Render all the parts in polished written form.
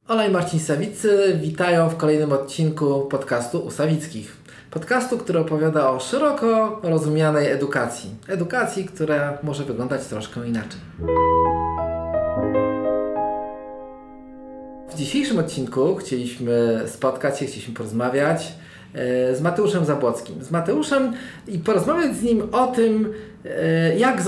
Ola i Marcin Sawicy witają w kolejnym odcinku podcastu u Sawickich. Podcastu, który opowiada o szeroko rozumianej edukacji. Edukacji, która może wyglądać troszkę inaczej. W dzisiejszym odcinku chcieliśmy spotkać się, chcieliśmy porozmawiać z Mateuszem Zabłockim. Z Mateuszem i porozmawiać z nim o tym, jak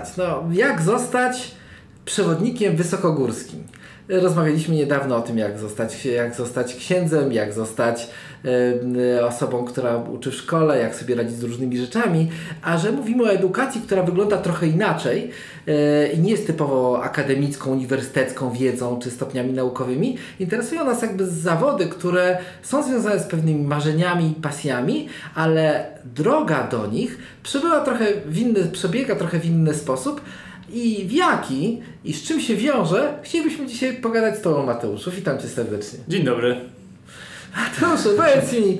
zostać przewodnikiem wysokogórskim. Rozmawialiśmy niedawno o tym, jak zostać księdzem, jak zostać osobą, która uczy w szkole, jak sobie radzić z różnymi rzeczami, a że mówimy o edukacji, która wygląda trochę inaczej i nie jest typowo akademicką, uniwersytecką wiedzą czy stopniami naukowymi. Interesują nas jakby zawody, które są związane z pewnymi marzeniami i pasjami, ale droga do nich przebiega trochę w inny sposób. I w jaki i z czym się wiąże, chcielibyśmy dzisiaj pogadać z Tobą, Mateuszu. Witam Cię serdecznie. Dzień dobry. Mateuszu, powiedz mi,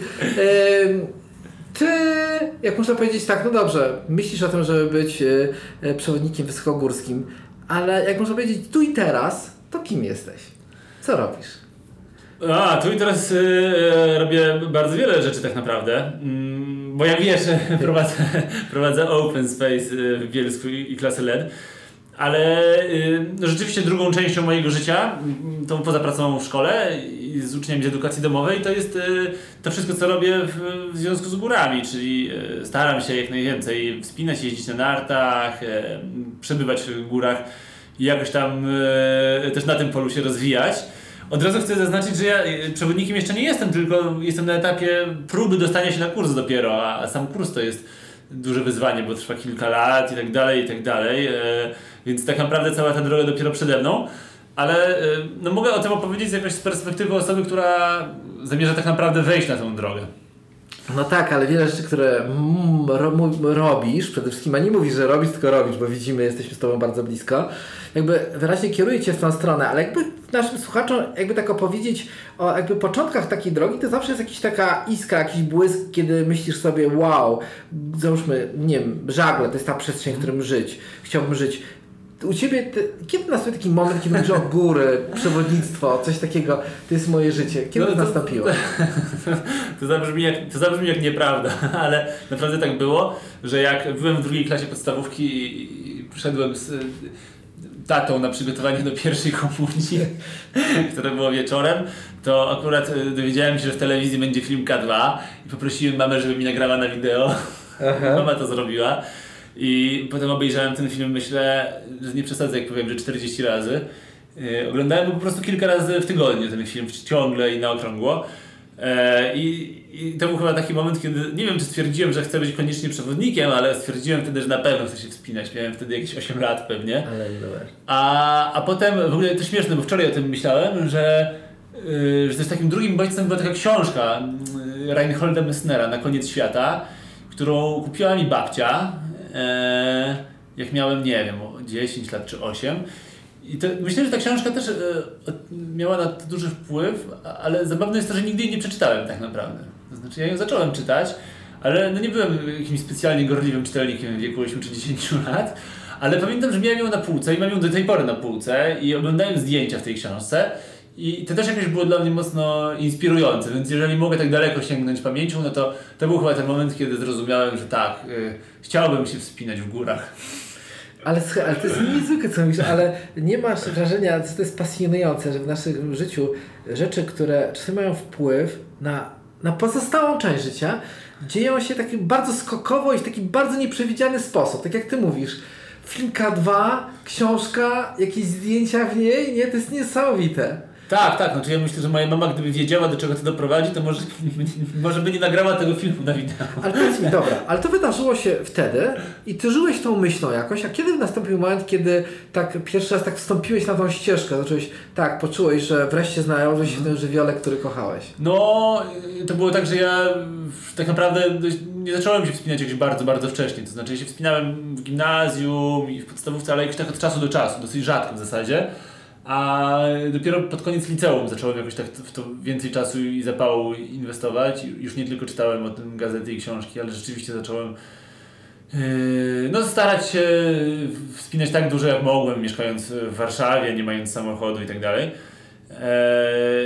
Ty, jak można powiedzieć tak, no dobrze, myślisz o tym, żeby być przewodnikiem wysokogórskim, ale jak można powiedzieć tu i teraz, to kim jesteś? Co robisz? Tu i teraz robię bardzo wiele rzeczy tak naprawdę. Bo jak wiesz, prowadzę Open Space w Bielsku i klasę LED. Ale rzeczywiście drugą częścią mojego życia, to poza pracą w szkole i z uczniami z edukacji domowej, to jest to wszystko, co robię w związku z górami, czyli staram się jak najwięcej wspinać, jeździć na nartach, przebywać w górach i jakoś tam też na tym polu się rozwijać. Od razu chcę zaznaczyć, że ja przewodnikiem jeszcze nie jestem, tylko jestem na etapie próby dostania się na kurs dopiero, a sam kurs to jest duże wyzwanie, bo trwa kilka lat i tak dalej, więc tak naprawdę cała ta droga dopiero przede mną, ale no mogę o tym opowiedzieć z perspektywy osoby, która zamierza tak naprawdę wejść na tą drogę. No tak, ale wiele rzeczy, które robisz, przede wszystkim, a nie mówisz, że robisz, tylko robisz, bo widzimy, jesteśmy z Tobą bardzo blisko, jakby wyraźnie kieruje Cię w tą stronę, ale jakby naszym słuchaczom jakby tak opowiedzieć o jakby początkach takiej drogi, to zawsze jest jakaś taka iskra, jakiś błysk, kiedy myślisz sobie, wow, załóżmy, nie wiem, żagle, to jest ta przestrzeń, w którym chciałbym żyć. U Ciebie, kiedy nastąpił taki moment, kiedy mówisz o góry, przewodnictwo, coś takiego, to jest moje życie. Kiedy to nastąpiło? To zabrzmi jak nieprawda, ale naprawdę tak było, że jak byłem w drugiej klasie podstawówki i szedłem z tatą na przygotowanie do pierwszej komunii, które było wieczorem, to akurat dowiedziałem się, że w telewizji będzie film K2 i poprosiłem mamę, żeby mi nagrała na wideo. Aha. Mama to zrobiła. I potem obejrzałem ten film, myślę, że nie przesadzę, jak powiem, że 40 razy. Oglądałem go po prostu kilka razy w tygodniu, ten film, ciągle i na okrągło. I to był chyba taki moment, kiedy, nie wiem, czy stwierdziłem, że chcę być koniecznie przewodnikiem, ale stwierdziłem wtedy, że na pewno chcę się wspinać. Miałem wtedy jakieś 8 lat pewnie. A potem, w ogóle to śmieszne, bo wczoraj o tym myślałem, że też takim drugim bodźcem była taka książka Reinholda Messnera, Na koniec świata, którą kupiła mi babcia. Jak miałem, nie wiem, 10 lat czy 8. I to, myślę, że ta książka też miała na to duży wpływ, ale zabawne jest to, że nigdy jej nie przeczytałem tak naprawdę. To znaczy ja ją zacząłem czytać, ale no nie byłem jakimś specjalnie gorliwym czytelnikiem w wieku 8 czy 10 lat, ale pamiętam, że miałem ją na półce i mam ją do tej pory na półce i oglądałem zdjęcia w tej książce. I to też jakoś było dla mnie mocno inspirujące, więc jeżeli mogę tak daleko sięgnąć pamięcią, no to był chyba ten moment, kiedy zrozumiałem, że tak, chciałbym się wspinać w górach. Ale to jest niezwykłe, co mówisz, ale nie masz wrażenia, co to jest pasjonujące, że w naszym życiu rzeczy, które czasem mają wpływ na pozostałą część życia, dzieją się taki bardzo skokowo i w taki bardzo nieprzewidziany sposób, tak jak ty mówisz. Film K2, książka, jakieś zdjęcia w niej, nie? To jest niesamowite. Tak, znaczy ja myślę, że moja mama, gdyby wiedziała, do czego to doprowadzi, to może by nie nagrała tego filmu na wideo. Ale powiedz mi, dobra, ale to wydarzyło się wtedy i ty żyłeś tą myślą jakoś, a kiedy nastąpił moment, kiedy tak pierwszy raz tak wstąpiłeś na tą ścieżkę, zacząłeś, tak, poczułeś, że wreszcie znalazłeś się w tym żywiole, który kochałeś? No, to było tak, że ja tak naprawdę nie zacząłem się wspinać jakoś bardzo, bardzo wcześnie, to znaczy ja się wspinałem w gimnazjum i w podstawówce, ale jakoś tak od czasu do czasu, dosyć rzadko w zasadzie. A dopiero pod koniec liceum zacząłem jakoś tak w to więcej czasu i zapału inwestować. Już nie tylko czytałem o tym gazety i książki, ale rzeczywiście zacząłem starać się wspinać tak dużo jak mogłem, mieszkając w Warszawie, nie mając samochodu i tak dalej.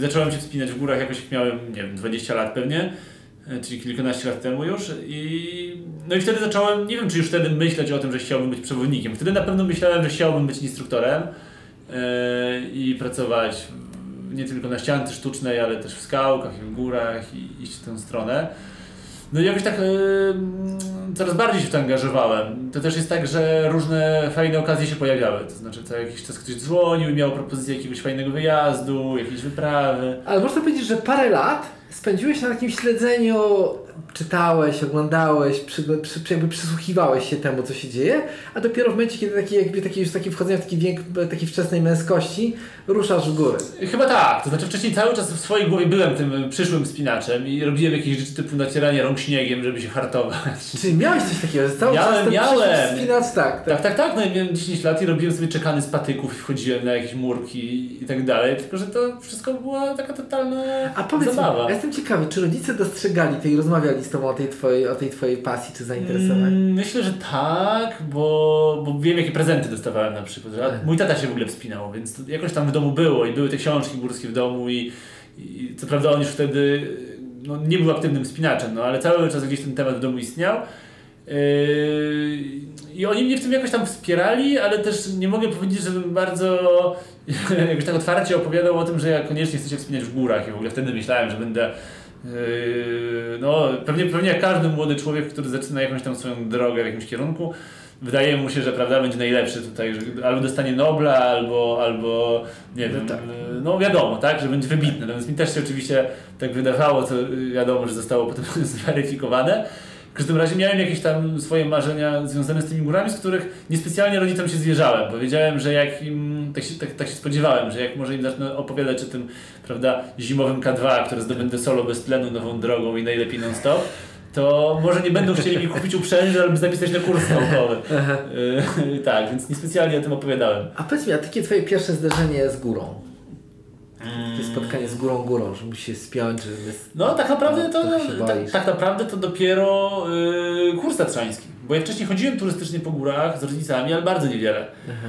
zacząłem się wspinać w górach jakoś jak miałem, nie wiem, 20 lat pewnie, czyli kilkanaście lat temu już. No i wtedy zacząłem, nie wiem czy już wtedy myśleć o tym, że chciałbym być przewodnikiem. Wtedy na pewno myślałem, że chciałbym być instruktorem i pracować nie tylko na ściance sztucznej, ale też w skałkach i w górach i iść w tę stronę. No i jakoś tak coraz bardziej się w to angażowałem. To też jest tak, że różne fajne okazje się pojawiały. To znaczy co jakiś czas ktoś dzwonił i miał propozycję jakiegoś fajnego wyjazdu, jakiejś wyprawy. Ale można powiedzieć, że parę lat spędziłeś na takim śledzeniu, czytałeś, oglądałeś, jakby przysłuchiwałeś się temu, co się dzieje, a dopiero w momencie, kiedy takie wchodzenie w taki wiek takiej wczesnej męskości, ruszasz w góry. Chyba tak. To znaczy wcześniej cały czas w swojej głowie byłem tym przyszłym wspinaczem i robiłem jakieś rzeczy typu nacieranie rąk śniegiem, żeby się hartować. Czyli miałeś coś takiego, że cały czas miałem. Wspinacz, tak. Tak. No ja miałem 10 lat i robiłem sobie czekany z patyków i wchodziłem na jakieś murki i tak dalej, tylko że to wszystko była taka totalna zabawa. Ja jestem ciekawy, czy rodzice dostrzegali to i rozmawiali z tobą o tej twojej pasji czy zainteresowaniu? Myślę, że tak, bo wiem jakie prezenty dostawałem na przykład. Mój tata się w ogóle wspinał, więc to jakoś tam w domu było i były te książki górskie w domu i co prawda on już wtedy nie był aktywnym wspinaczem, ale cały czas gdzieś ten temat w domu istniał. I oni mnie w tym jakoś tam wspierali, ale też nie mogę powiedzieć, żebym bardzo jakoś tak otwarcie opowiadał o tym, że ja koniecznie chcę się wspinać w górach i w ogóle wtedy myślałem, że będę pewnie jak każdy młody człowiek, który zaczyna jakąś tam swoją drogę w jakimś kierunku, wydaje mu się, że prawda, będzie najlepszy tutaj, że albo dostanie Nobla, albo nie wiem, tak. Wiadomo, tak, że będzie wybitny. No więc mi też się oczywiście tak wydawało, co wiadomo, że zostało potem zweryfikowane. W każdym razie miałem jakieś tam swoje marzenia związane z tymi górami, z których niespecjalnie rodzicom się zwierzałem, bo wiedziałem, że jak im, tak się spodziewałem, że jak może im zacznę opowiadać o tym, prawda, zimowym K2, które zdobędę solo bez tlenu nową drogą i najlepiej non-stop, to może nie będą chcieli mi kupić uprzęży albo zapisać na kurs naukowy. Tak, więc niespecjalnie o tym opowiadałem. A powiedz mi, a takie twoje pierwsze zderzenie z górą? To spotkanie z górą, że musisz się spiąć, że tak naprawdę to dopiero kurs tatrzański. Bo ja wcześniej chodziłem turystycznie po górach z rodzicami, ale bardzo niewiele.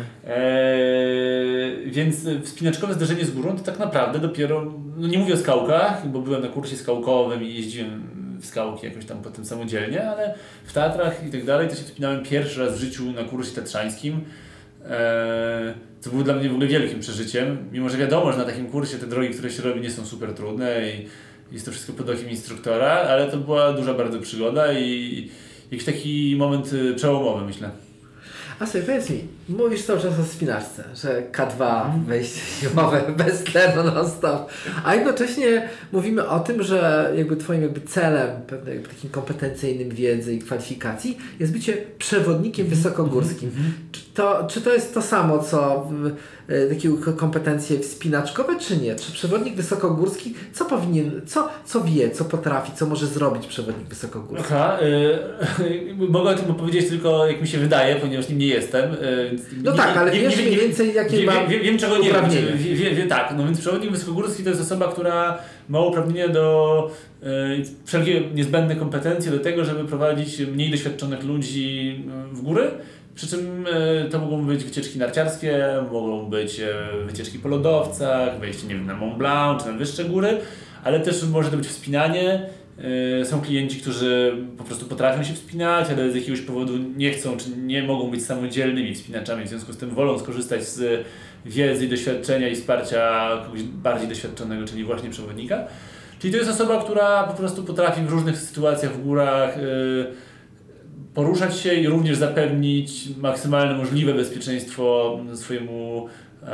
Więc wspinaczkowe zderzenie z górą to tak naprawdę dopiero, nie mówię o skałkach, bo byłem na kursie skałkowym i jeździłem w skałki jakoś tam potem samodzielnie, ale w Tatrach i tak dalej to się wspinałem pierwszy raz w życiu na kursie tatrzańskim. Co było dla mnie w ogóle wielkim przeżyciem, mimo że wiadomo, że na takim kursie te drogi, które się robi, nie są super trudne i jest to wszystko pod okiem instruktora, ale to była duża bardzo przygoda i jakiś taki moment przełomowy, myślę. A sobie powiedz mi, mówisz cały czas o spinaczce, że K2, wejście zimowe, bez tlenu non-stop, a jednocześnie mówimy o tym, że jakby twoim celem, pewnym takim kompetencyjnym wiedzy i kwalifikacji jest bycie przewodnikiem wysokogórskim. Czy to jest to samo, co takie kompetencje wspinaczkowe, czy nie? Czy przewodnik wysokogórski, co powinien, co wie, co potrafi, co może zrobić przewodnik wysokogórski? Mogę o tym opowiedzieć tylko jak mi się wydaje, ponieważ nim nie jestem. Ale wiesz mniej więcej jakie wiem czego nie wiem. Tak, więc przewodnik wysokogórski to jest osoba, która ma uprawnienia do wszelkie niezbędne kompetencje do tego, żeby prowadzić mniej doświadczonych ludzi w góry. Przy czym to mogą być wycieczki narciarskie, mogą być wycieczki po lodowcach, wejście na Mont Blanc czy na wyższe góry, ale też może to być wspinanie. Są klienci, którzy po prostu potrafią się wspinać, ale z jakiegoś powodu nie chcą czy nie mogą być samodzielnymi wspinaczami, w związku z tym wolą skorzystać z wiedzy i doświadczenia i wsparcia kogoś bardziej doświadczonego, czyli właśnie przewodnika. Czyli to jest osoba, która po prostu potrafi w różnych sytuacjach w górach poruszać się i również zapewnić maksymalne możliwe bezpieczeństwo swojemu,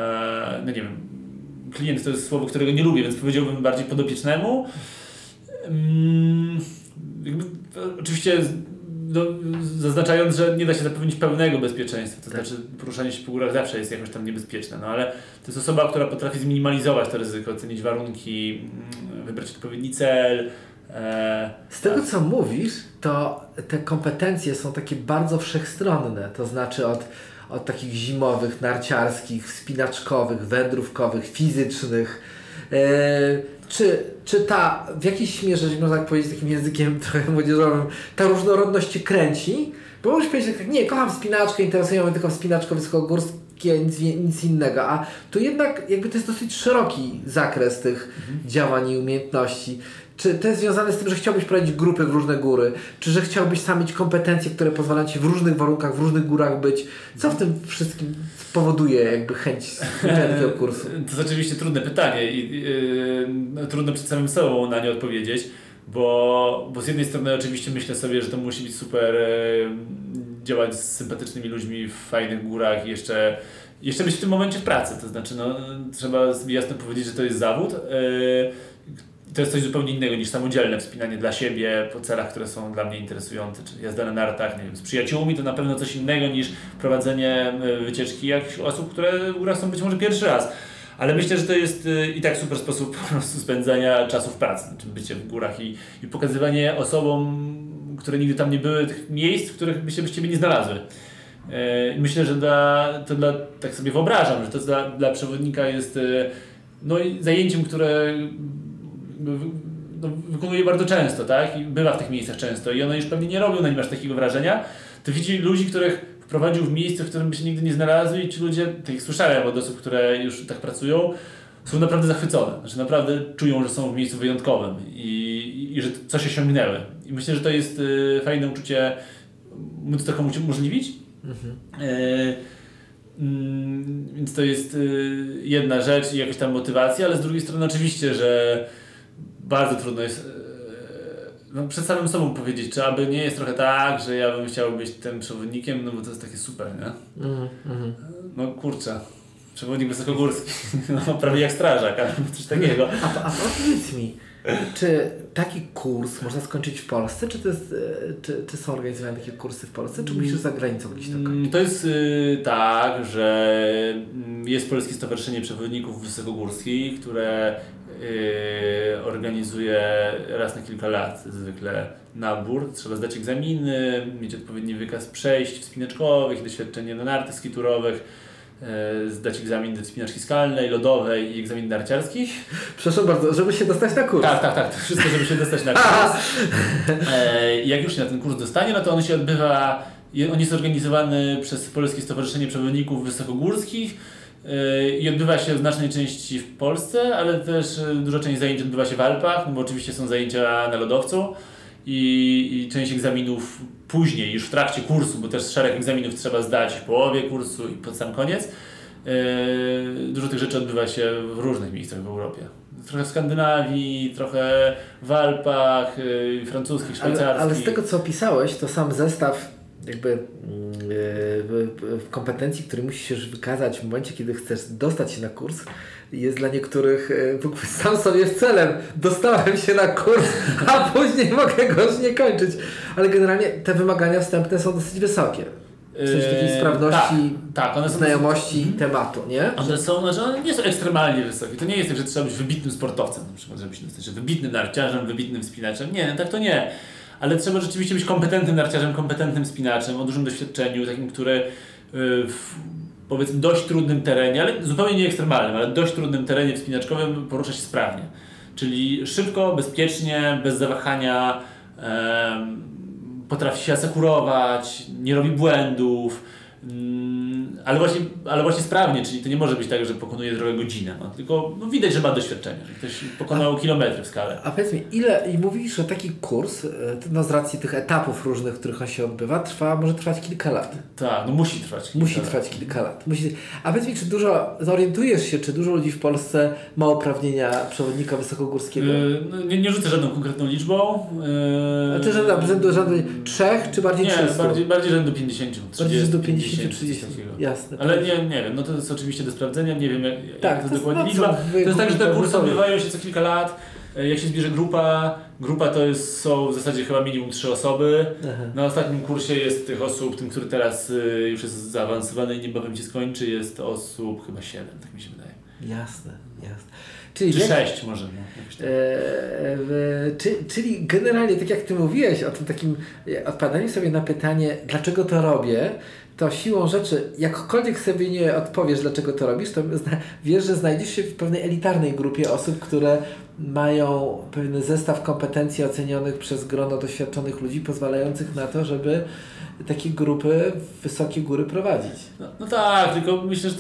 klient to jest słowo, którego nie lubię, więc powiedziałbym bardziej podopiecznemu. Oczywiście zaznaczając, że nie da się zapewnić pełnego bezpieczeństwa, to znaczy poruszanie się po górach zawsze jest jakoś tam niebezpieczne, ale to jest osoba, która potrafi zminimalizować to ryzyko, ocenić warunki, wybrać odpowiedni cel. Z tego co mówisz, to te kompetencje są takie bardzo wszechstronne, to znaczy od takich zimowych, narciarskich, wspinaczkowych, wędrówkowych, fizycznych. Czy ta w jakiejś mierze, można tak powiedzieć takim językiem trochę młodzieżowym, ta różnorodność Cię kręci? Bo możesz powiedzieć tak, nie, kocham wspinaczkę, interesują mnie tylko wspinaczko wysokogórska, nic innego. A tu jednak jakby to jest dosyć szeroki zakres tych działań i umiejętności. Czy to jest związane z tym, że chciałbyś prowadzić grupy w różne góry? Czy że chciałbyś sam mieć kompetencje, które pozwalają Ci w różnych warunkach, w różnych górach być? Co w tym wszystkim powoduje jakby chęć takiego kursu? To jest oczywiście trudne pytanie i trudno przed samym sobą na nie odpowiedzieć, bo z jednej strony oczywiście myślę sobie, że to musi być super działać z sympatycznymi ludźmi w fajnych górach i jeszcze być w tym momencie w pracy. To znaczy trzeba sobie jasno powiedzieć, że to jest zawód. To jest coś zupełnie innego niż samodzielne wspinanie dla siebie po celach, które są dla mnie interesujące, czyli jazda na nartach, nie wiem, z przyjaciółmi, to na pewno coś innego niż prowadzenie wycieczki jakichś osób, które w górach są być może pierwszy raz. Ale myślę, że to jest i tak super sposób po prostu spędzania czasu w pracy, znaczy bycie w górach i pokazywanie osobom, które nigdy tam nie były, tych miejsc, w których by się bez Ciebie nie znalazły. Myślę, że tak sobie wyobrażam, że to dla przewodnika jest zajęciem, które wykonuje bardzo często, tak? I bywa w tych miejscach często i one już pewnie nie robią na nim aż takiego wrażenia. To widzi ludzi, których wprowadził w miejsce, w którym by się nigdy nie znalazły i ci ludzie, tak jak słyszałem od osób, które już tak pracują, są naprawdę zachwycone. Znaczy naprawdę czują, że są w miejscu wyjątkowym i że coś osiągnęły. I myślę, że to jest fajne uczucie móc to komuś umożliwić. Więc to jest jedna rzecz i jakaś tam motywacja, ale z drugiej strony oczywiście, że bardzo trudno jest przed samym sobą powiedzieć, czy aby nie jest trochę tak, że ja bym chciał być tym przewodnikiem, no bo to jest takie super, nie? No kurczę, przewodnik wysokogórski, no prawie jak strażak, albo coś takiego. A powiedz mi, czy taki kurs można skończyć w Polsce, czy to jest, czy są organizowane takie kursy w Polsce, czy musisz za granicą gdzieś to kończyć? To jest tak, że jest Polskie Stowarzyszenie Przewodników Wysokogórskich, które organizuje raz na kilka lat zwykle nabór. Trzeba zdać egzaminy, mieć odpowiedni wykaz przejść wspinaczkowych, doświadczenie na nartach skiturowych, zdać egzamin do wspinaczki skalnej, lodowej i egzamin narciarskich. Przepraszam bardzo, żeby się dostać na kurs. Tak, to wszystko, żeby się dostać na kurs. Jak już się na ten kurs dostanie, no to on się odbywa, on jest organizowany przez Polskie Stowarzyszenie Przewodników Wysokogórskich i odbywa się w znacznej części w Polsce, ale też duża część zajęć odbywa się w Alpach, no bo oczywiście są zajęcia na lodowcu i część egzaminów później, już w trakcie kursu, bo też szereg egzaminów trzeba zdać w połowie kursu i pod sam koniec. Dużo tych rzeczy odbywa się w różnych miejscach w Europie. Trochę w Skandynawii, trochę w Alpach, francuskich, szwajcarskich. Ale z tego co opisałeś, to sam zestaw jakby kompetencji, które musisz wykazać w momencie, kiedy chcesz dostać się na kurs, jest dla niektórych sam sobie celem. Dostałem się na kurs, a później mogę go już nie kończyć. Ale generalnie te wymagania wstępne są dosyć wysokie. W sensie takiej sprawności, one są znajomości tematu, nie? One nie są ekstremalnie wysokie. To nie jest tak, że trzeba być wybitnym sportowcem, na przykład, żeby się dostać, że wybitnym narciarzem, wybitnym wspinaczem. Nie, tak to nie. Ale trzeba rzeczywiście być kompetentnym narciarzem, kompetentnym wspinaczem, o dużym doświadczeniu, takim, który w powiedzmy dość trudnym terenie, ale zupełnie nie ekstremalnym, ale dość trudnym terenie wspinaczkowym porusza się sprawnie. Czyli szybko, bezpiecznie, bez zawahania, potrafi się asekurować, nie robi błędów, ale właśnie sprawnie, czyli to nie może być tak, że pokonuje drogę godzinę, tylko widać, że ma doświadczenie, że ktoś pokonał kilometry w skale. A powiedz mi, i mówisz, że taki kurs, z racji tych etapów różnych, w których on się odbywa, może trwać kilka lat. Tak, musi trwać kilka lat. A powiedz mi, czy zorientujesz się, czy dużo ludzi w Polsce ma uprawnienia przewodnika wysokogórskiego? Nie rzucę żadną konkretną liczbą. A ty rzędu 3 czy bardziej 300? Nie, bardziej rzędu 50. 30, bardziej rzędu 50-30. Jasne. Ale nie wiem, to jest oczywiście do sprawdzenia, nie wiem jak to jest dokładnie liczba. To jest tak, że te kursy odbywają się co kilka lat. Jak się zbierze grupa to są w zasadzie chyba minimum 3 osoby. Aha. Na ostatnim kursie jest tych osób, tym, który teraz już jest zaawansowany i niebawem się skończy, jest osób chyba 7, tak mi się wydaje. Jasne. Czy 6 może. Czyli generalnie, tak jak Ty mówiłeś o tym takim odpowiadaniu sobie na pytanie, dlaczego to robię, to siłą rzeczy, jakkolwiek sobie nie odpowiesz, dlaczego to robisz, to wiesz, że znajdziesz się w pewnej elitarnej grupie osób, które mają pewien zestaw kompetencji ocenionych przez grono doświadczonych ludzi, pozwalających na to, żeby takie grupy, wysokie góry prowadzić. No tak, tylko myślę, że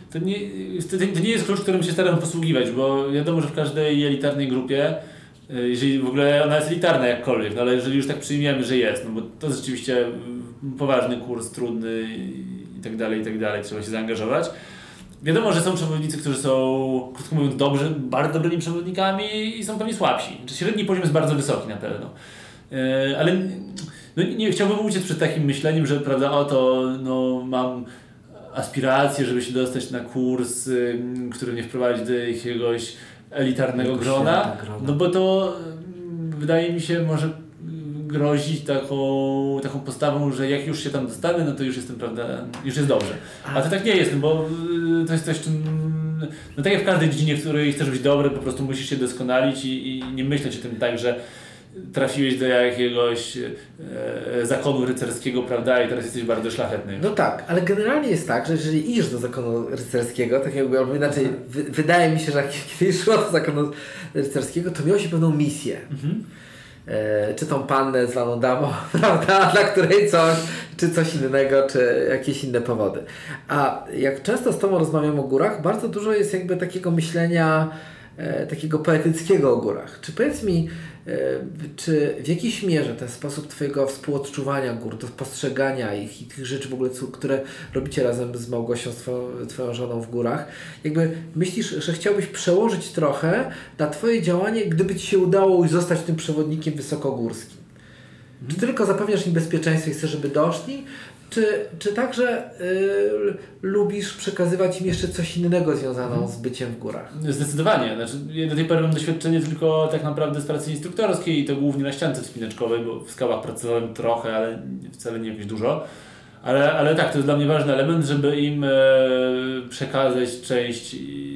to nie jest klucz, którym się staram posługiwać, bo wiadomo, że w każdej elitarnej grupie, jeżeli w ogóle ona jest elitarna jakkolwiek, no ale jeżeli już tak przyjmiemy, że jest, no bo to jest rzeczywiście poważny kurs, trudny i tak dalej, trzeba się zaangażować. Wiadomo, że są przewodnicy, którzy są, krótko mówiąc, bardzo dobrymi przewodnikami i są pewnie słabsi. Średni poziom jest bardzo wysoki na pewno. Ale nie chciałbym uciec przed takim myśleniem, że prawda, mam aspiracje, żeby się dostać na kurs, który mnie wprowadzi do jakiegoś elitarnego grona. No bo to wydaje mi się może grozić taką postawą, że jak już się tam dostanę, no to już jestem, prawda, już jest dobrze. A to tak nie jest, no bo to jest coś, czym, no tak jak w każdej dziedzinie, w której chcesz być dobry, po prostu musisz się doskonalić i nie myśleć o tym tak, że trafiłeś do jakiegoś zakonu rycerskiego, prawda, i teraz jesteś bardzo szlachetny. No tak, ale generalnie jest tak, że jeżeli idziesz do zakonu rycerskiego, tak jakby, albo inaczej, wydaje mi się, że jak kiedyś szło do zakonu rycerskiego, to miało się pewną misję. Czy tą pannę zwaną damą, prawda, dla której coś, czy coś innego, czy jakieś inne powody. A jak często z Tobą rozmawiam o górach, bardzo dużo jest jakby takiego myślenia, takiego poetyckiego o górach. Czy powiedz mi, czy w jakiejś mierze ten sposób Twojego współodczuwania gór, to postrzegania ich i tych rzeczy w ogóle, które robicie razem z Małgosią, Twoją żoną w górach, jakby myślisz, że chciałbyś przełożyć trochę na Twoje działanie, gdyby Ci się udało już zostać tym przewodnikiem wysokogórskim? Czy tylko zapewniasz im bezpieczeństwo i chcesz, żeby doszli? Czy także lubisz przekazywać im jeszcze coś innego związaną z byciem w górach? Zdecydowanie. Znaczy, do tej pory mam doświadczenie tylko tak naprawdę z pracy instruktorskiej i to głównie na ściance wspinaczkowej, bo w skałach pracowałem trochę, ale wcale nie jakoś dużo. Ale tak, to jest dla mnie ważny element, żeby im przekazać część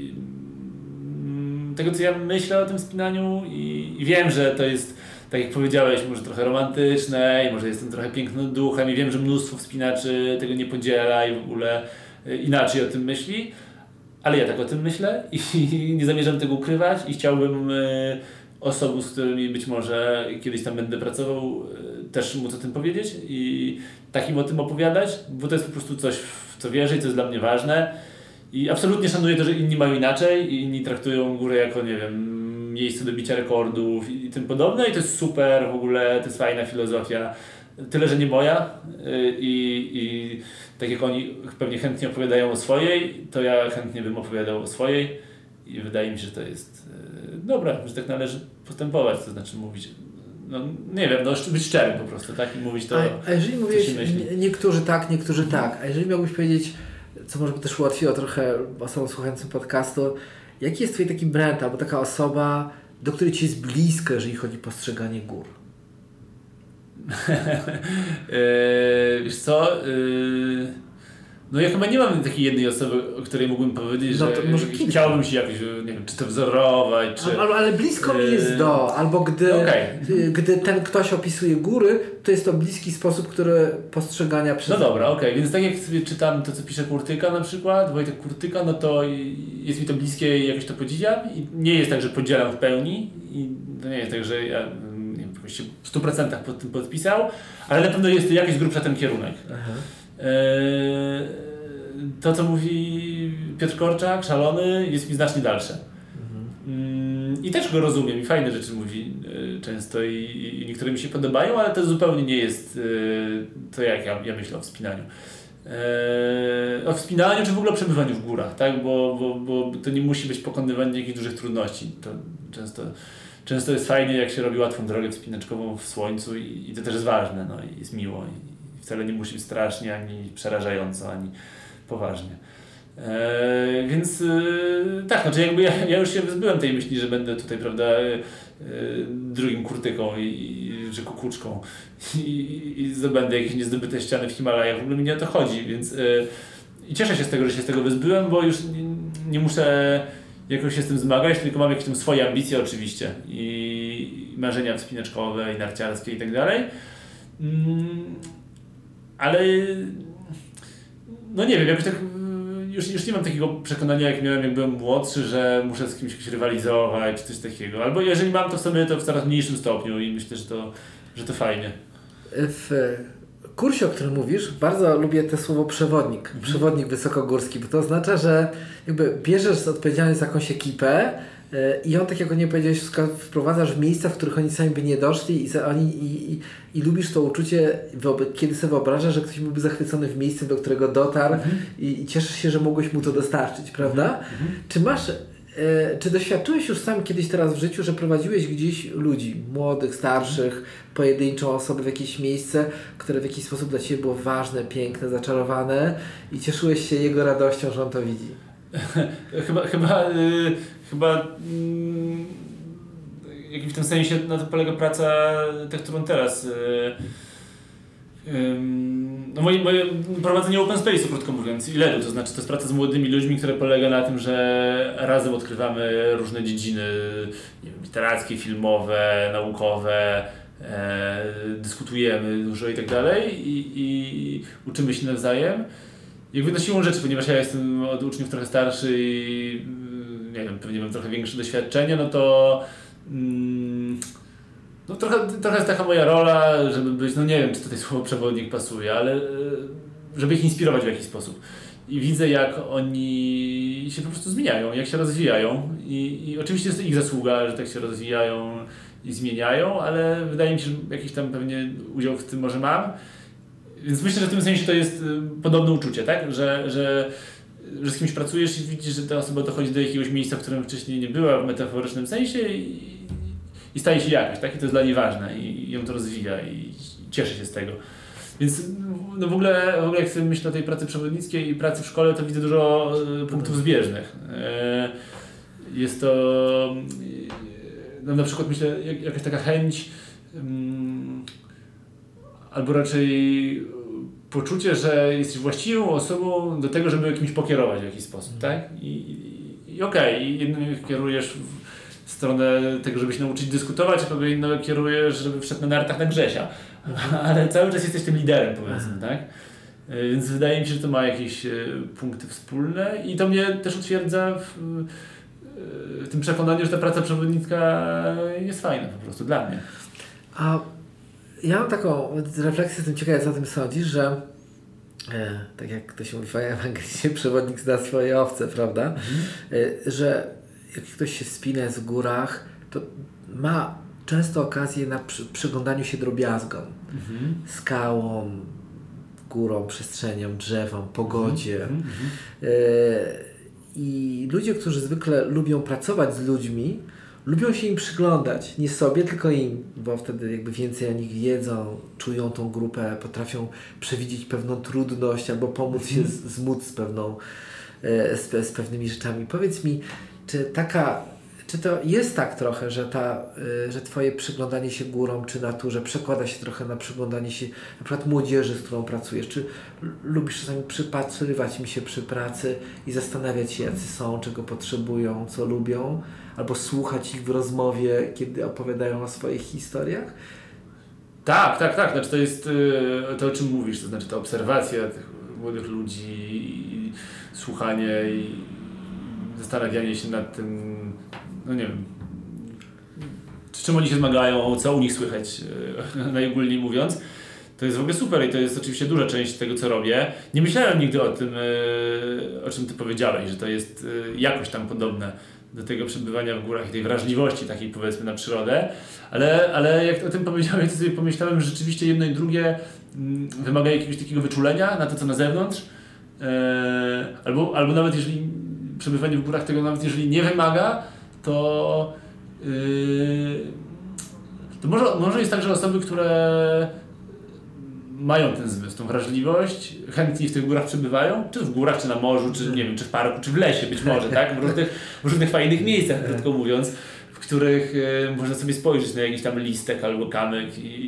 tego, co ja myślę o tym wspinaniu i wiem, że to jest, tak jak powiedziałeś, może trochę romantyczne i może jestem trochę pięknym duchem i wiem, że mnóstwo wspinaczy tego nie podziela i w ogóle inaczej o tym myśli, ale ja tak o tym myślę i nie zamierzam tego ukrywać i chciałbym osobom, z którymi być może kiedyś tam będę pracował, też móc o tym powiedzieć i takim o tym opowiadać, bo to jest po prostu coś, w co wierzę i co jest dla mnie ważne i absolutnie szanuję to, że inni mają inaczej i inni traktują górę jako, nie wiem, miejsce do bicia rekordów i tym podobne i to jest super, w ogóle to jest fajna filozofia, tyle, że nie moja i tak jak oni pewnie chętnie opowiadają o swojej, to ja chętnie bym opowiadał o swojej i wydaje mi się, że to jest dobre, że tak należy postępować, to znaczy mówić, no nie wiem, być szczerym po prostu, tak? I mówić to, a jeżeli mówiłeś, niektórzy tak, a jeżeli miałbyś powiedzieć, co może by też ułatwiło trochę osobom słuchającym podcastu, jaki jest Twój taki brand albo taka osoba, do której Ci jest blisko, jeżeli chodzi o postrzeganie gór? Wiesz co? No ja chyba nie mam takiej jednej osoby, o której mógłbym powiedzieć, no, że może chciałbym się jakoś, nie wiem, czy to wzorować, czy... Ale blisko mi jest albo gdy ten ktoś opisuje góry, to jest to bliski sposób, który postrzegania przez... No dobra, okej, więc tak jak sobie czytam to, co pisze Kurtyka na przykład, Wojtek Kurtyka, no to jest mi to bliskie i jakoś to podziwiam i nie jest tak, że podzielam w pełni i to nie jest tak, że ja nie wiem, w 100% pod tym podpisał, ale na pewno jest to jakiś grubsza ten kierunek. Aha. To, co mówi Piotr Korczak, szalony, jest mi znacznie dalsze. I też go rozumiem i fajne rzeczy mówi często i niektóre mi się podobają, ale to zupełnie nie jest to, jak ja myślę o wspinaniu. O wspinaniu czy w ogóle o przebywaniu w górach, tak? Bo to nie musi być pokonywanie jakichś dużych trudności. To często jest fajnie, jak się robi łatwą drogę wspinaczkową w słońcu i to też jest ważne, no i jest miło. I wcale nie musi być strasznie, ani przerażająco, ani poważnie. Więc tak, znaczy jakby ja już się wyzbyłem tej myśli, że będę tutaj, prawda, drugim Kurtyką czy kukuczką i zdobędę jakieś niezdobyte ściany w Himalajach. W ogóle mi nie o to chodzi, więc i cieszę się z tego, że się z tego wyzbyłem, bo już nie muszę jakoś się z tym zmagać, tylko mam jakieś tam swoje ambicje oczywiście i marzenia wspinaczkowe i narciarskie i tak dalej. Ale no nie wiem, jakoś tak już nie mam takiego przekonania, jak miałem, jak byłem młodszy, że muszę z kimś jakoś rywalizować, czy coś takiego. Albo jeżeli mam, to w sobie to w coraz mniejszym stopniu i myślę, że to fajnie. kursie, o którym mówisz, bardzo lubię to słowo przewodnik. Przewodnik wysokogórski, bo to oznacza, że jakby bierzesz odpowiedzialność za jakąś ekipę i on, tak jak o nie powiedziałeś, wprowadzasz w miejsca, w których oni sami by nie doszli i lubisz to uczucie, kiedy sobie wyobrażasz, że ktoś byłby zachwycony w miejscu, do którego dotarł i cieszysz się, że mogłeś mu to dostarczyć, prawda? Czy doświadczyłeś już sam kiedyś teraz w życiu, że prowadziłeś gdzieś ludzi, młodych, starszych, pojedynczą osobę w jakieś miejsce, które w jakiś sposób dla Ciebie było ważne, piękne, zaczarowane i cieszyłeś się jego radością, że on to widzi? Chyba w tym sensie na to polega praca, którą teraz moje prowadzenie Open Space'u, krótko mówiąc, i LED-u, to znaczy to jest praca z młodymi ludźmi, która polega na tym, że razem odkrywamy różne dziedziny, nie wiem, literackie, filmowe, naukowe, dyskutujemy dużo i tak dalej i uczymy się nawzajem. Jakby no siłą rzeczy, ponieważ ja jestem od uczniów trochę starszy i nie wiem, pewnie mam trochę większe doświadczenie, no to no trochę jest taka moja rola, żeby być, no nie wiem, czy tutaj słowo przewodnik pasuje, ale żeby ich inspirować w jakiś sposób. I widzę, jak oni się po prostu zmieniają, jak się rozwijają i oczywiście jest to ich zasługa, że tak się rozwijają i zmieniają, ale wydaje mi się, że jakiś tam pewnie udział w tym może mam. Więc myślę, że w tym sensie to jest podobne uczucie, tak? Że z kimś pracujesz i widzisz, że ta osoba dochodzi do jakiegoś miejsca, w którym wcześniej nie była w metaforycznym sensie i staje się jakaś, tak? I to jest dla niej ważne i ją to rozwija i cieszy się z tego. Więc no w ogóle jak sobie myślę o tej pracy przewodnickiej i pracy w szkole, to widzę dużo punktów zbieżnych. Jest to no na przykład myślę jakaś taka chęć albo raczej poczucie, że jesteś właściwą osobą do tego, żeby kimś pokierować w jakiś sposób, tak? I okej, jednym kierujesz w stronę tego, żeby się nauczyć dyskutować, a kogo innego kierujesz, żeby wszedł na nartach na Grzesia. Ale cały czas jesteś tym liderem, powiedzmy, tak? Więc wydaje mi się, że to ma jakieś punkty wspólne i to mnie też utwierdza w tym przekonaniu, że ta praca przewodnicka jest fajna po prostu dla mnie. A ja mam taką refleksję, jestem ciekawy, co o tym sądzisz, że tak jak to się mówi w angielskie, przewodnik zna swoje owce, prawda? Że jak ktoś się wspina w górach, to ma często okazję na przyglądaniu się drobiazgom, skałom, górą, przestrzeniom, drzewom, pogodzie. I ludzie, którzy zwykle lubią pracować z ludźmi, lubią się im przyglądać, nie sobie, tylko im, bo wtedy jakby więcej o nich wiedzą, czują tą grupę, potrafią przewidzieć pewną trudność albo pomóc się zmóc z pewnymi rzeczami. Powiedz mi, czy to jest tak trochę, że Twoje przyglądanie się górom czy naturze przekłada się trochę na przyglądanie się na przykład młodzieży, z którą pracujesz? Czy lubisz czasami przypatrywać im się przy pracy i zastanawiać się, jacy są, czego potrzebują, co lubią? Albo słuchać ich w rozmowie, kiedy opowiadają o swoich historiach? Tak. Znaczy to jest to, o czym mówisz, to znaczy ta obserwacja tych młodych ludzi, słuchanie i zastanawianie się nad tym, no nie wiem, z czym oni się zmagają, co u nich słychać, najogólniej mówiąc. To jest w ogóle super i to jest oczywiście duża część tego, co robię. Nie myślałem nigdy o tym, o czym Ty powiedziałeś, że to jest jakoś tam podobne do tego przebywania w górach i tej wrażliwości takiej, powiedzmy, na przyrodę, ale jak o tym powiedziałeś, to sobie pomyślałem, że rzeczywiście jedno i drugie wymaga jakiegoś takiego wyczulenia na to, co na zewnątrz, albo nawet jeżeli przebywanie w górach tego nawet jeżeli nie wymaga, to może jest tak, że osoby, które mają ten zmysł, tą wrażliwość, chętnie w tych górach przebywają, czy w górach, czy na morzu, czy nie wiem, czy w parku, czy w lesie być może, tak? W różnych fajnych miejscach, krótko mówiąc, w których można sobie spojrzeć na jakiś tam listek albo kamyk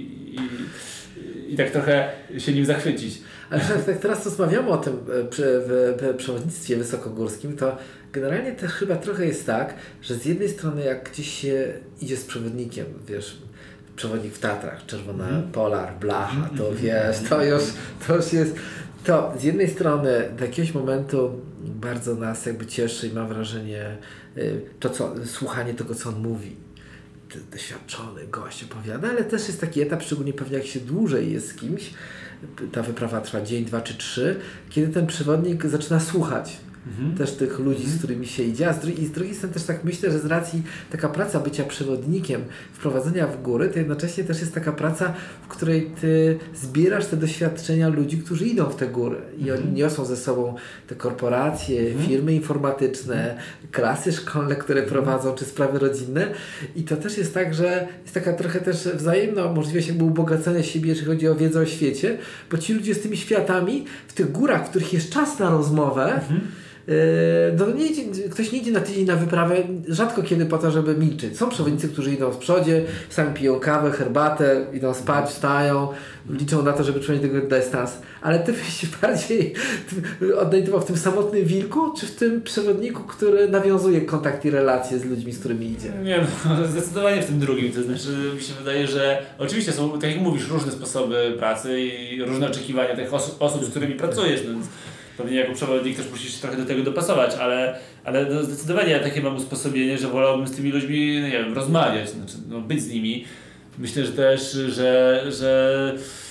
i tak trochę się nim zachwycić. Ale tak teraz rozmawiamy o tym w przewodnictwie wysokogórskim, to generalnie też chyba trochę jest tak, że z jednej strony jak gdzieś się idzie z przewodnikiem, wiesz, przewodnik w Tatrach, czerwona Polar, blacha, to wiesz, to już jest, to z jednej strony do jakiegoś momentu bardzo nas jakby cieszy i mam wrażenie, słuchanie tego, co on mówi. Doświadczony gość opowiada, ale też jest taki etap, szczególnie pewnie jak się dłużej jest z kimś, ta wyprawa trwa dzień, 2 czy 3, kiedy ten przewodnik zaczyna słuchać też tych ludzi, z którymi się idzie, i z drugiej strony też tak myślę, że z racji taka praca bycia przewodnikiem, wprowadzenia w góry, to jednocześnie też jest taka praca, w której ty zbierasz te doświadczenia ludzi, którzy idą w te góry i oni niosą ze sobą te korporacje, firmy informatyczne, klasy szkolne, które prowadzą, czy sprawy rodzinne i to też jest tak, że jest taka trochę też wzajemna możliwość jakby ubogacania siebie, jeżeli chodzi o wiedzę o świecie, bo ci ludzie z tymi światami w tych górach, w których jest czas na rozmowę, no ktoś nie idzie na tydzień na wyprawę rzadko kiedy po to, żeby milczeć. Są przewodnicy, którzy idą w przodzie, sami piją kawę, herbatę, idą spać, wstają, liczą na to, żeby przejąć tego dystans. Ale ty byś się bardziej odnajdował w tym samotnym wilku, czy w tym przewodniku, który nawiązuje kontakt i relacje z ludźmi, z którymi idzie? Nie, no, zdecydowanie w tym drugim. To znaczy, mi się wydaje, że oczywiście są, tak jak mówisz, różne sposoby pracy i różne oczekiwania tych osób, z którymi pracujesz. No, więc pewnie jako przewodnik też musisz się trochę do tego dopasować, ale no zdecydowanie ja takie mam usposobienie, że wolałbym z tymi ludźmi, nie wiem, rozmawiać, znaczy, no, być z nimi. Myślę, że też, że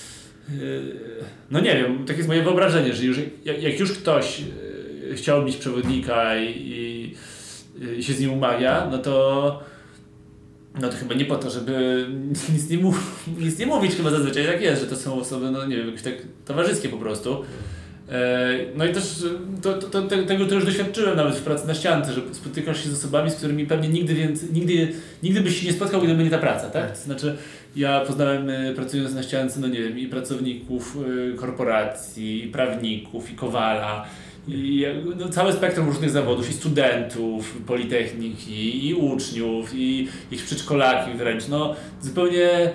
no nie wiem, takie jest moje wyobrażenie, że już, jak już ktoś chciał mieć przewodnika i się z nim umawia, no to chyba nie po to, żeby nic nie mówić, chyba zazwyczaj tak jest, że to są osoby, no nie wiem, jakieś tak towarzyskie po prostu. No i też tego to już doświadczyłem nawet w pracy na ściance, że spotykasz się z osobami, z którymi pewnie nigdy byś się nie spotkał, gdyby nie ta praca, tak? To znaczy ja poznałem, pracując na ściance, no nie wiem, i pracowników korporacji, i prawników, i kowala, i no, całe spektrum różnych zawodów, i studentów politechniki, i uczniów, i przedszkolaki wręcz, no zupełnie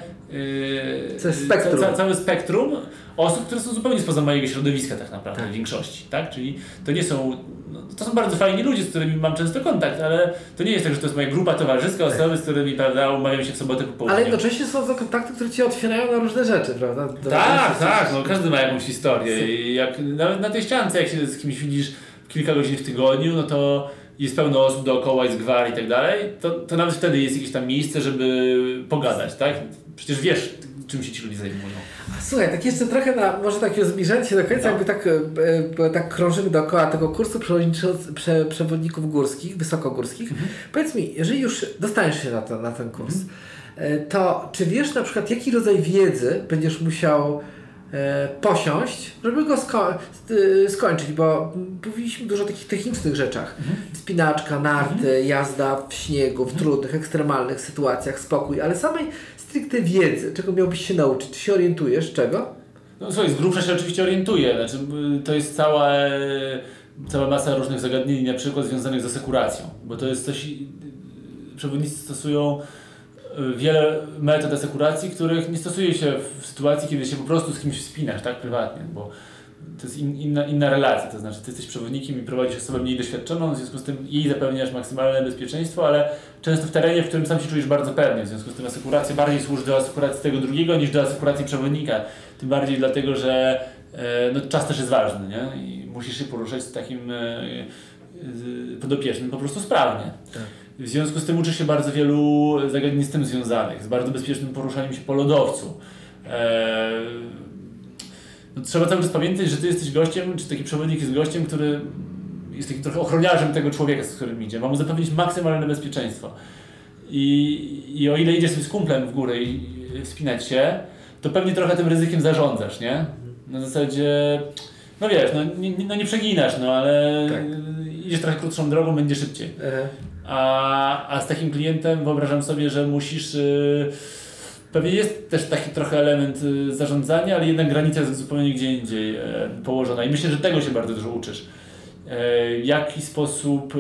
całe spektrum osób, które są zupełnie spoza mojego środowiska tak naprawdę w większości, tak? Czyli to nie są, no, to są bardzo fajni ludzie, z którymi mam często kontakt, ale to nie jest tak, że to jest moja grupa towarzyska, osoby, z którymi, prawda, umawiam się w sobotę po południu. Ale jednocześnie są to kontakty, które cię otwierają na różne rzeczy, prawda? Tak, no każdy ma jakąś historię i jak nawet na tej ściance, jak się z kimś widzisz kilka godzin w tygodniu, no to jest pełno osób dookoła, jest gwar i tak dalej, to nawet wtedy jest jakieś tam miejsce, żeby pogadać, tak? Przecież wiesz, czym się ci ludzie zajmują. Słuchaj, tak jeszcze trochę może takiego zbliżenia się do końca, jakby tak krążymy dookoła tego kursu przewodników górskich, wysokogórskich. Powiedz mi, jeżeli już dostaniesz się na ten kurs, to czy wiesz na przykład, jaki rodzaj wiedzy będziesz musiał posiąść, żeby go skończyć, bo mówiliśmy dużo o takich technicznych rzeczach. Wspinaczka, narty, jazda w śniegu, w trudnych, ekstremalnych sytuacjach, spokój, ale samej stricte wiedzy, czego miałbyś się nauczyć? Czy się orientujesz? Czego? No słuchaj, z grubsza się oczywiście orientuję. Znaczy, to jest cała masa różnych zagadnień, na przykład związanych z asekuracją, bo to jest coś, przewodnicy stosują wiele metod asekuracji, których nie stosuje się w sytuacji, kiedy się po prostu z kimś wspinasz, tak, prywatnie, bo to jest inna relacja, to znaczy ty jesteś przewodnikiem i prowadzisz osobę mniej doświadczoną, w związku z tym jej zapewniasz maksymalne bezpieczeństwo, ale często w terenie, w którym sam się czujesz bardzo pewnie, w związku z tym asekuracja bardziej służy do asekuracji tego drugiego niż do asekuracji przewodnika, tym bardziej dlatego, że no, czas też jest ważny, nie? I musisz się poruszać z takim podopiecznym po prostu sprawnie. Tak. W związku z tym uczysz się bardzo wielu zagadnień z tym związanych, z bardzo bezpiecznym poruszaniem się po lodowcu. No, trzeba cały czas pamiętać, że ty jesteś gościem, czy taki przewodnik jest gościem, który jest takim trochę ochroniarzem tego człowieka, z którym idzie. Ma mu zapewnić maksymalne bezpieczeństwo. I o ile idziesz sobie z kumplem w górę i wspinać się, to pewnie trochę tym ryzykiem zarządzasz, nie? Na zasadzie, no wiesz, nie przeginasz, no ale tak. Idziesz trochę krótszą drogą, będzie szybciej. A z takim klientem wyobrażam sobie, że musisz... Pewnie jest też taki trochę element zarządzania, ale jednak granica jest zupełnie gdzie indziej położona i myślę, że tego się bardzo dużo uczysz. W jaki sposób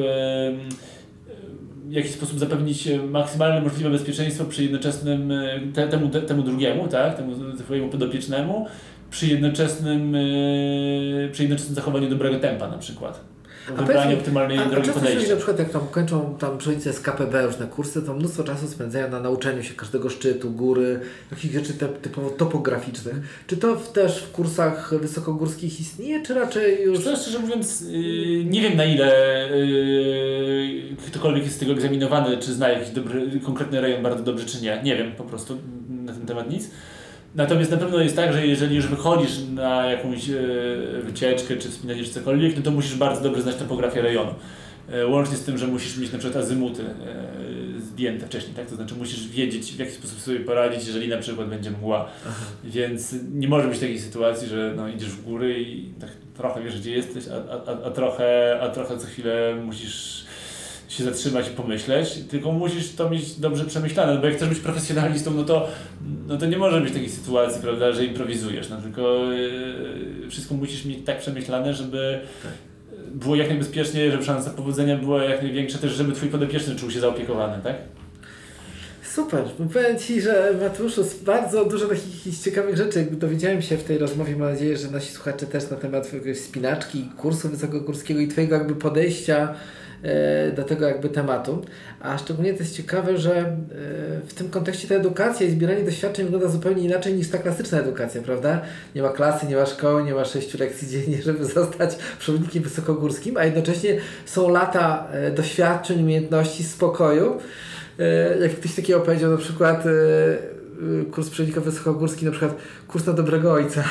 zapewnić maksymalne możliwe bezpieczeństwo przy jednoczesnym temu drugiemu, tak, temu twojemu podopiecznemu, przy jednoczesnym zachowaniu dobrego tempa na przykład. Wybranie optymalnej drogi podejścia. Na przykład jak tam kończą przewodnicy z KPB różne kursy, to mnóstwo czasu spędzają na nauczeniu się każdego szczytu, góry, takich rzeczy typowo topograficznych. Czy to też w kursach wysokogórskich istnieje, czy raczej już... Szczerze mówiąc, nie wiem na ile ktokolwiek jest z tego egzaminowany, czy zna jakiś konkretny rejon bardzo dobrze, czy nie. Nie wiem po prostu na ten temat nic. Natomiast na pewno jest tak, że jeżeli już wychodzisz na jakąś wycieczkę, czy wspinacie, czy cokolwiek, no to musisz bardzo dobrze znać topografię rejonu. Łącznie z tym, że musisz mieć na przykład azymuty zdjęte wcześniej, tak? To znaczy musisz wiedzieć, w jaki sposób sobie poradzić, jeżeli na przykład będzie mgła. Aha. Więc nie może być takiej sytuacji, że no, idziesz w góry i tak trochę wiesz, gdzie jesteś, a trochę co chwilę musisz się zatrzymać i pomyśleć, tylko musisz to mieć dobrze przemyślane, bo jak chcesz być profesjonalistą, no to nie może być takiej sytuacji, prawda, że improwizujesz, no tylko wszystko musisz mieć tak przemyślane, żeby było jak najbezpieczniej, żeby szansa powodzenia była jak największa, też żeby twój podopieczny czuł się zaopiekowany, tak? Super. Powiem Ci, że Mateuszu, bardzo dużo takich ciekawych rzeczy dowiedziałem się w tej rozmowie. Mam nadzieję, że nasi słuchacze też na temat wspinaczki, kursu wysokogórskiego i Twojego jakby podejścia do tego jakby tematu. A szczególnie to jest ciekawe, że w tym kontekście ta edukacja i zbieranie doświadczeń wygląda zupełnie inaczej niż ta klasyczna edukacja, prawda? Nie ma klasy, nie ma szkoły, nie ma 6 lekcji dziennie, żeby zostać przewodnikiem wysokogórskim, a jednocześnie są lata doświadczeń, umiejętności, spokoju. Jak ktoś takiego powiedział, na przykład kurs przewodnika wysokogórski, na przykład kurs na dobrego ojca.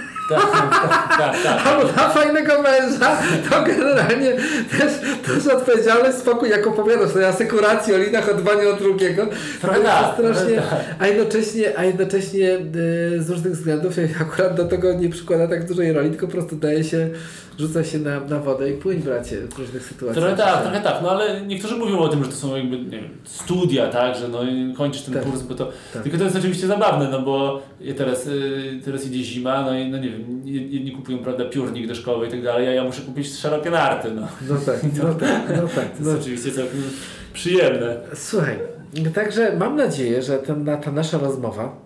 Tak. Albo na fajnego męża, to generalnie też odpowiedzialność, spokój, jak opowiadasz, to asekuracji o linach, o dbaniu o drugiego. Strasznie, a jednocześnie z różnych względów akurat do tego nie przykłada tak dużej roli, tylko po prostu rzuca się na wodę i płyń, bracie, w różnych sytuacjach. Trochę tak, no ale niektórzy mówią o tym, że to są jakby, nie wiem, studia, tak, że no kończysz ten kurs, bo to... Tak. Tylko to jest oczywiście zabawne, no bo teraz idzie zima, no i no nie wiem, jedni kupują, prawda, piórnik do szkoły i tak dalej, a ja muszę kupić szerokie narty, no. No tak. To jest oczywiście całkiem przyjemne. Słuchaj, także mam nadzieję, że ta nasza rozmowa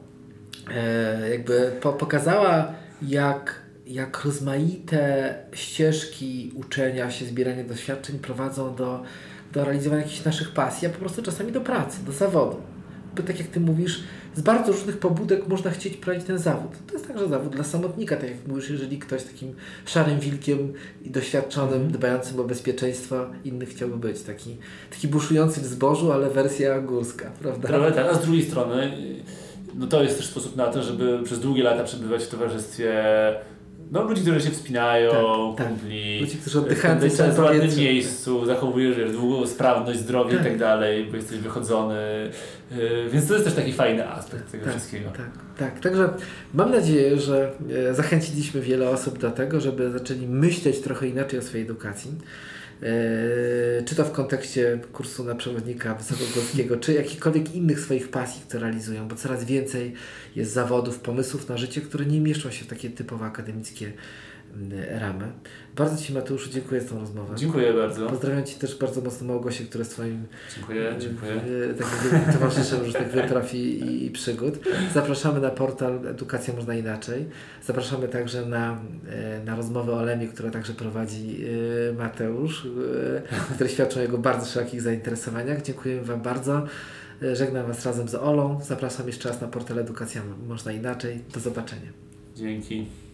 jakby pokazała, jak rozmaite ścieżki uczenia się, zbierania doświadczeń prowadzą do realizowania jakichś naszych pasji, a po prostu czasami do pracy, do zawodu. Bo tak jak Ty mówisz, z bardzo różnych pobudek można chcieć prowadzić ten zawód. To jest także zawód dla samotnika, tak jak mówisz, jeżeli ktoś takim szarym wilkiem i doświadczonym, dbającym o bezpieczeństwo innych chciałby być. Taki buszujący w zbożu, ale wersja górska, prawda? Trochę tak, a z drugiej strony no to jest też sposób na to, żeby przez długie lata przebywać w towarzystwie ludzi, którzy się wspinają, kumpli, ludzi, którzy oddychają w ładnym miejscu, zachowujesz długą sprawność, zdrowie i tak dalej, bo jesteś wychodzony. Więc to jest też taki fajny aspekt tego wszystkiego. Tak. Także mam nadzieję, że zachęciliśmy wiele osób do tego, żeby zaczęli myśleć trochę inaczej o swojej edukacji. Czy to w kontekście kursu na przewodnika wysokogórskiego, czy jakichkolwiek innych swoich pasji, które realizują, bo coraz więcej jest zawodów, pomysłów na życie, które nie mieszczą się w takie typowo akademickie ramy. Bardzo Ci, Mateuszu, dziękuję za tą rozmowę. Dziękuję bardzo. Pozdrawiam Ci też bardzo mocno Małgosię, która jest Twoim dziękuję. towarzyszem różnych wypraw i przygód. Zapraszamy na portal Edukacja Można Inaczej. Zapraszamy także na rozmowę o Lemie, którą także prowadzi Mateusz, które świadczą o jego bardzo szerokich zainteresowaniach. Dziękuję Wam bardzo. Żegnam Was razem z Olą. Zapraszam jeszcze raz na portal Edukacja Można Inaczej. Do zobaczenia. Dzięki.